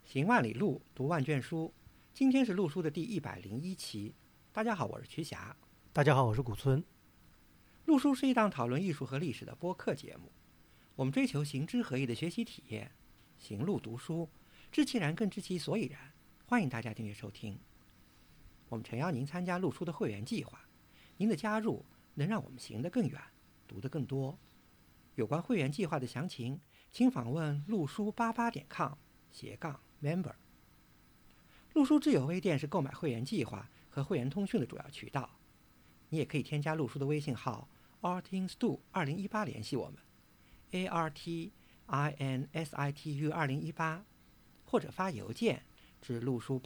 行万里路，读万卷书。今天是陆书的第101期。大家好，我是瞿霞。 大家好，我是古村。 陆书是一档讨论艺术和历史的播客节目。我们追求行知合一的学习体验，行路读书，知其然更知其所以然。欢迎大家订阅收听。我们诚邀您参加陆书的会员计划，您的加入能让我们行得更远，读得更多。有关会员计划的详情，请访问陆书88.com/member。陆书智友微店是购买会员计划和会员通讯的主要渠道。你也可以添加陆书的微信号 artinstu2018 联系我们 artinsitu2018，或者发邮件至陆书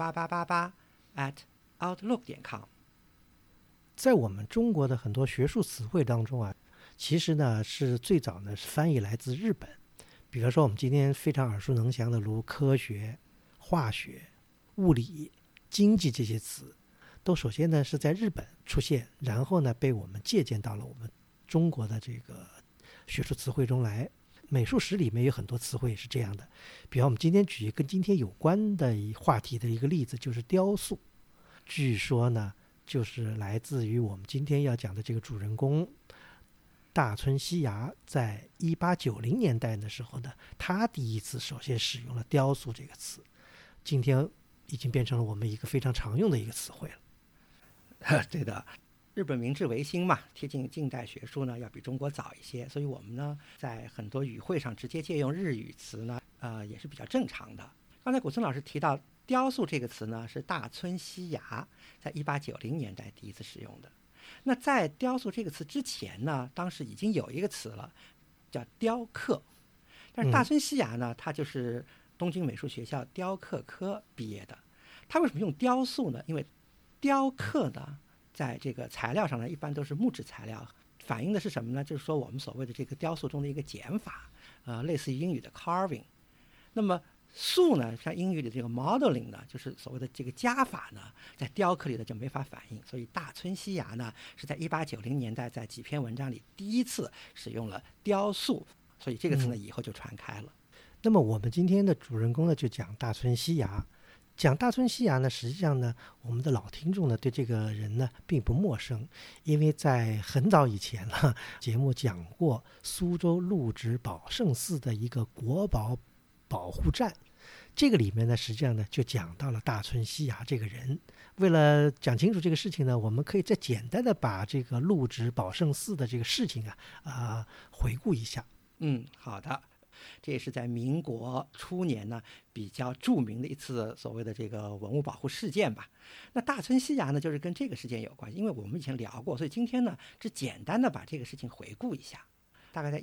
8888@outlook.com。 在我们中国的很多学术词汇当中啊，其实呢是最早呢是翻译来自日本。比如说我们今天非常耳熟能详的如科学、化学、物理、经济这些词，都首先呢是在日本出现，然后呢被我们借鉴到了我们中国的这个学术词汇中来。美术史里面有很多词汇是这样的，比方我们今天举一个跟今天有关的话题的一个例子，就是雕塑。据说呢就是来自于我们今天要讲的这个主人公大村西牙，在1890年代的时候呢，他第一次首先使用了雕塑这个词，今天已经变成了我们一个非常常用的一个词汇了。 对的，日本明治维新嘛，贴近近代学术呢要比中国早一些，所以我们呢在很多语汇上直接借用日语词呢，也是比较正常的。刚才古村老师提到雕塑这个词呢，是大村西牙在1890年代第一次使用的。那在雕塑这个词之前呢，当时已经有一个词了，叫雕刻。但是大村西牙呢，他就是东京美术学校雕刻科毕业的。他为什么用雕塑呢？因为雕刻呢，在这个材料上呢，一般都是木质材料，反映的是什么呢？就是说我们所谓的这个雕塑中的一个减法，类似于英语的 carving。那么塑呢，像英语里这个 modeling 呢，就是所谓的这个加法呢，在雕刻里的就没法反映。所以大村西牙呢，是在1890年代在几篇文章里第一次使用了雕塑，所以这个词呢以后就传开了。 那么我们今天的主人公呢，就讲大村西牙。讲大村西牙呢，实际上呢，我们的老听众呢对这个人呢并不陌生，因为在很早以前呢，节目讲过苏州陆直宝圣寺的一个国宝保护站，这个里面呢实际上呢就讲到了大村西牙这个人。为了讲清楚这个事情呢，我们可以再简单的把这个陆直宝圣寺的这个事情回顾一下。 好的。这也是在民国初年呢比较著名的一次所谓的这个文物保护事件吧。那大村西牙呢就是跟这个事件有关系，因为我们以前聊过，所以今天呢只简单的把这个事情回顾一下。大概在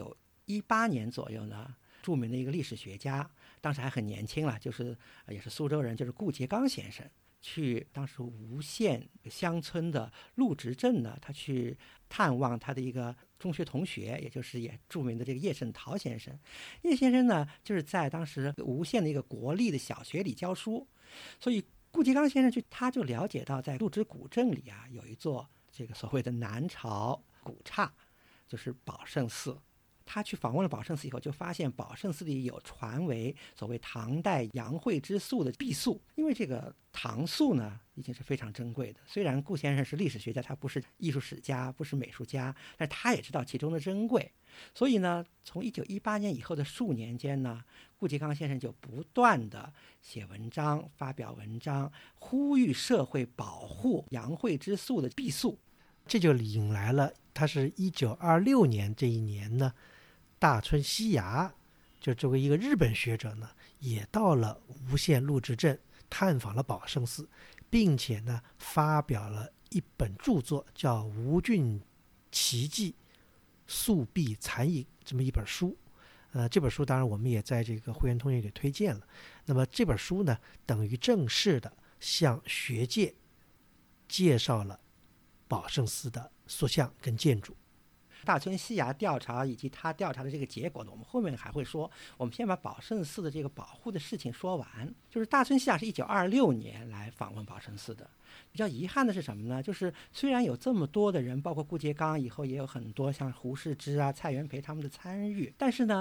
1918年左右呢，著名的一个历史学家，当时还很年轻了，就是也是苏州人，就是顾颉刚先生，去当时吴县乡村的陆直镇呢，他去探望他的一个中学同学，也就是也著名的这个叶圣陶先生。叶先生呢，就是在当时吴县的一个国立的小学里教书，所以顾颉刚先生他就了解到，在陆直古镇里啊，有一座这个所谓的南朝古刹，就是宝圣寺。他去访问了宝圣寺以后，就发现宝圣寺里有传为所谓唐代杨惠之塑的壁塑。因为这个唐塑呢已经是非常珍贵的，虽然顾先生是历史学家，他不是艺术史家，不是美术家，但他也知道其中的珍贵。所以呢，从1918年以后的数年间呢，顾颉刚先生就不断的写文章，发表文章，呼吁社会保护杨惠之塑的壁塑。 这就引来了，他是1926年这一年呢，大村西牙就作为一个日本学者呢，也到了吴县陆直镇探访了宝圣寺，并且呢发表了一本著作，叫《吴郡奇迹塑壁残影》这么一本书。这本书当然我们也在这个会员通讯给推荐了。那么这本书呢，等于正式的向学界介绍了宝圣寺的塑像跟建筑。 大村西牙调查以及他调查的这个结果呢，我们后面还会说。我们先把宝圣寺的这个保护的事情说完。就是大村西牙是1926年来访问宝圣寺的。比较遗憾的是什么呢？就是虽然有这么多的人，包括顾颉刚，以后也有很多像胡适之啊、蔡元培他们的参与，但是呢，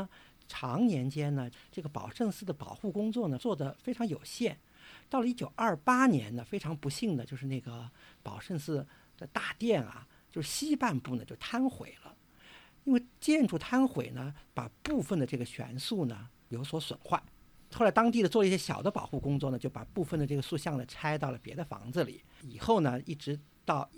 长年间呢，这个宝胜寺的保护工作呢做得非常有限。到了1928年呢，非常不幸的就是那个宝胜寺的大殿啊，就是西半部呢就坍毁了。因为建筑坍毁呢，把部分的这个悬塑呢有所损坏。后来当地的做了一些小的保护工作呢，就把部分的这个塑像呢拆到了别的房子里。以后呢，一直到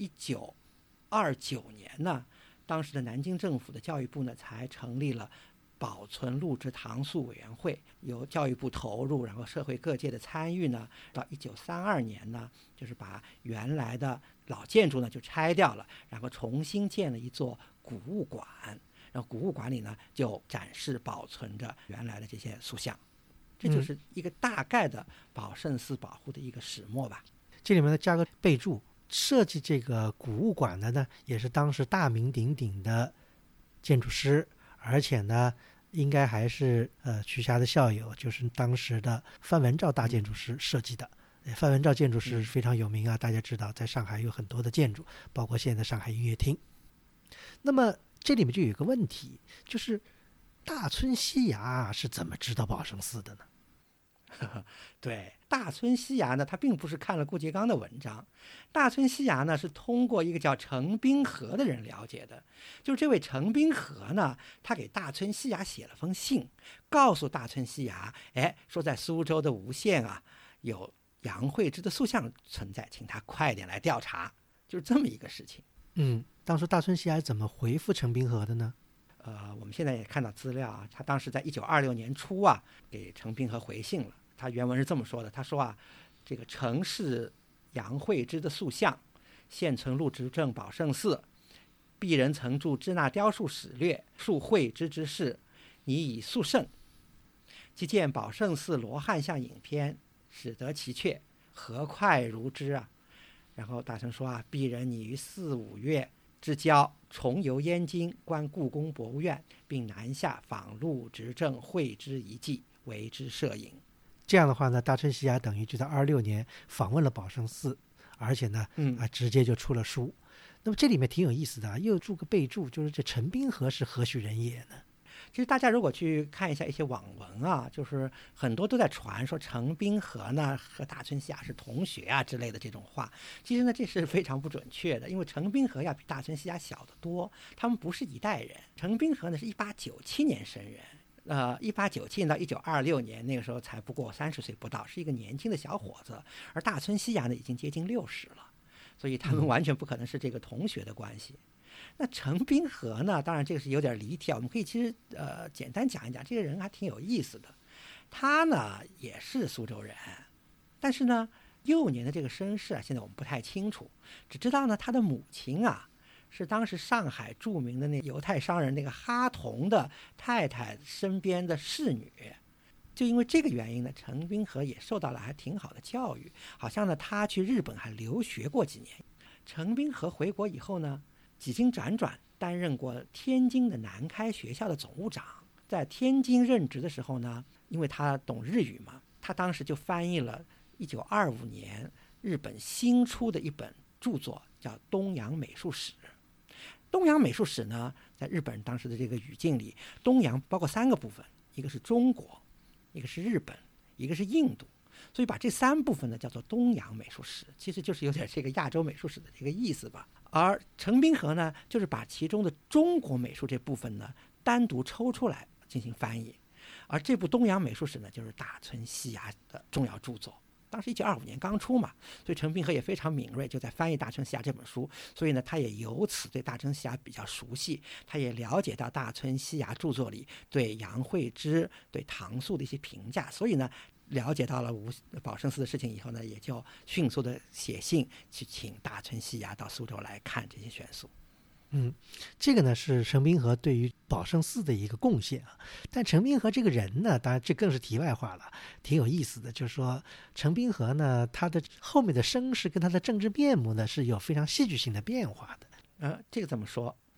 1929年呢，当时的南京政府的教育部呢才成立了保存录制唐塑委员会，由教育部投入，然后社会各界的参与呢，到1932年呢，就是把原来的老建筑呢就拆掉了，然后重新建了一座古物馆，然后古物馆里呢就展示保存着原来的这些塑像。这就是一个大概的宝胜寺保护的一个始末吧。 这里面呢加个备注，设计这个古物馆的呢也是当时大名鼎鼎的建筑师，而且呢应该还是瞿霞的校友，就是当时的范文照大建筑师设计的。范文照建筑师非常有名啊，大家知道在上海有很多的建筑，包括现在上海音乐厅。那么这里面就有一个问题，就是大村西崖是怎么知道宝胜寺的呢？ 对，大村西崖呢，他并不是看了顾颉刚的文章，大村西崖呢是通过一个叫程宾和的人了解的。就是这位程宾和呢，他给大村西崖写了封信，告诉大村西崖，说在苏州的吴县啊有杨惠之的塑像存在，请他快点来调查，就是这么一个事情。 当时大村西崖怎么回复程宾和的呢？ 我们现在也看到资料啊，他当时在1926年初啊，给程宾和回信了。他原文是这么说的，他说啊，这个程氏杨惠之的塑像，现存录执政宝胜寺，鄙人曾著支那雕塑史略，述惠之之事，拟以速胜。即见宝胜寺罗汉像影片，使得其阙，何快如之啊！然后大臣说啊，鄙人拟于4、5月之交重游燕京，观故宫博物院，并南下访录执政惠之遗迹，为之摄影。 这样的话呢，大村西崖等于就在26年访问了宝胜寺，而且呢，直接就出了书。那么这里面挺有意思的啊，又注个备注，就是这程宾和是何许人也呢？ 其实大家如果去看一下一些网文啊，就是很多都在传说程宾和呢和大村西崖是同学啊之类的这种话。其实呢，这是非常不准确的，因为程宾和要比大村西崖小得多，他们不是一代人。程宾和呢是1897年生人。1897年到1926年，那个时候才不过30岁不到，是一个年轻的小伙子。而大村西崖呢，已经接近60了，所以他们完全不可能是这个同学的关系。那程宾和呢，当然这个是有点离题啊，我们可以其实简单讲一讲，这个人还挺有意思的。他呢也是苏州人，但是呢幼年的这个身世啊，现在我们不太清楚，只知道呢他的母亲啊是当时上海著名的那犹太商人那个哈同的太太身边的侍女。就因为这个原因呢，程宾和也受到了还挺好的教育，好像呢他去日本还留学过几年。程宾和回国以后呢，几经辗转担任过天津的南开学校的总务长。在天津任职的时候呢，因为他懂日语嘛，他当时就翻译了1925年日本新出的一本著作，叫《东洋美术史》。东洋美术史呢，在日本当时的这个语境里，东洋包括3个部分，一个是中国，一个是日本，一个是印度，所以把这3部分呢叫做东洋美术史，其实就是有点这个亚洲美术史的这个意思吧。而程宾和呢，就是把其中的中国美术这部分呢单独抽出来进行翻译。而这部东洋美术史呢，就是大村西崖的重要著作。当时1925年刚出嘛，所以程宾和也非常敏锐，就在翻译大村西崖这本书。所以呢，他也由此对大村西崖比较熟悉，他也了解到大村西崖著作里对杨惠之、对唐塑的一些评价。所以呢，了解到了宝胜寺的事情以后呢，也就迅速的写信去请大村西崖到苏州来看这些悬塑。 这个呢是程宾和对于宝胜寺的一个贡献啊。但程宾和这个人呢，当然这更是题外话了，挺有意思的。就是说，程宾和呢，他的后面的身世跟他的政治面目呢，是有非常戏剧性的变化的。 这个怎么说？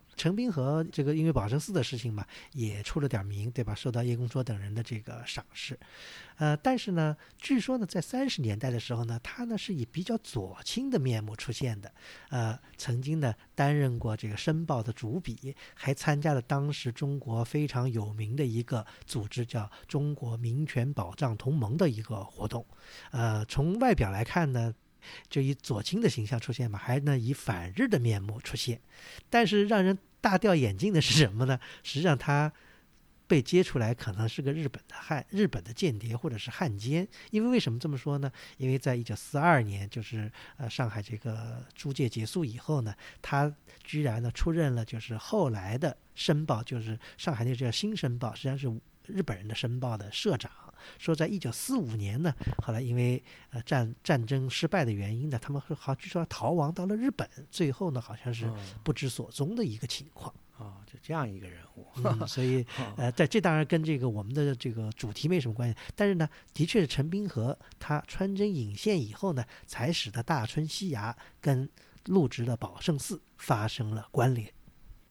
陈冰河这个因为保生寺的事情嘛，也出了点名，对吧？受到叶公绰等人的这个赏识。但是呢，据说呢，在30年代的时候呢，他呢是以比较左倾的面目出现的。曾经呢担任过这个《申报》的主笔，还参加了当时中国非常有名的一个组织，叫中国民权保障同盟的一个活动。从外表来看呢，就以左倾的形象出现嘛，还呢以反日的面目出现。但是让人大掉眼镜的是什么呢？实际上他被揭出来可能是个日本的间谍或者是汉奸。因为什么这么说呢？因为在1942年，就是上海这个租界结束以后呢，他居然呢出任了就是后来的《申报》，就是上海那叫《新申报》，实际上是日本人的《申报》的社长。说在1945年呢，后来因为战争失败的原因呢，他们据说逃亡到了日本，最后呢好像是不知所踪的一个情况。 就这样一个人物。 所以这当然跟这个我们的这个主题没什么关系，但是呢，的确是陈冰河他穿针引线以后呢，才使得大春西崖跟陆直的保圣寺发生了关联。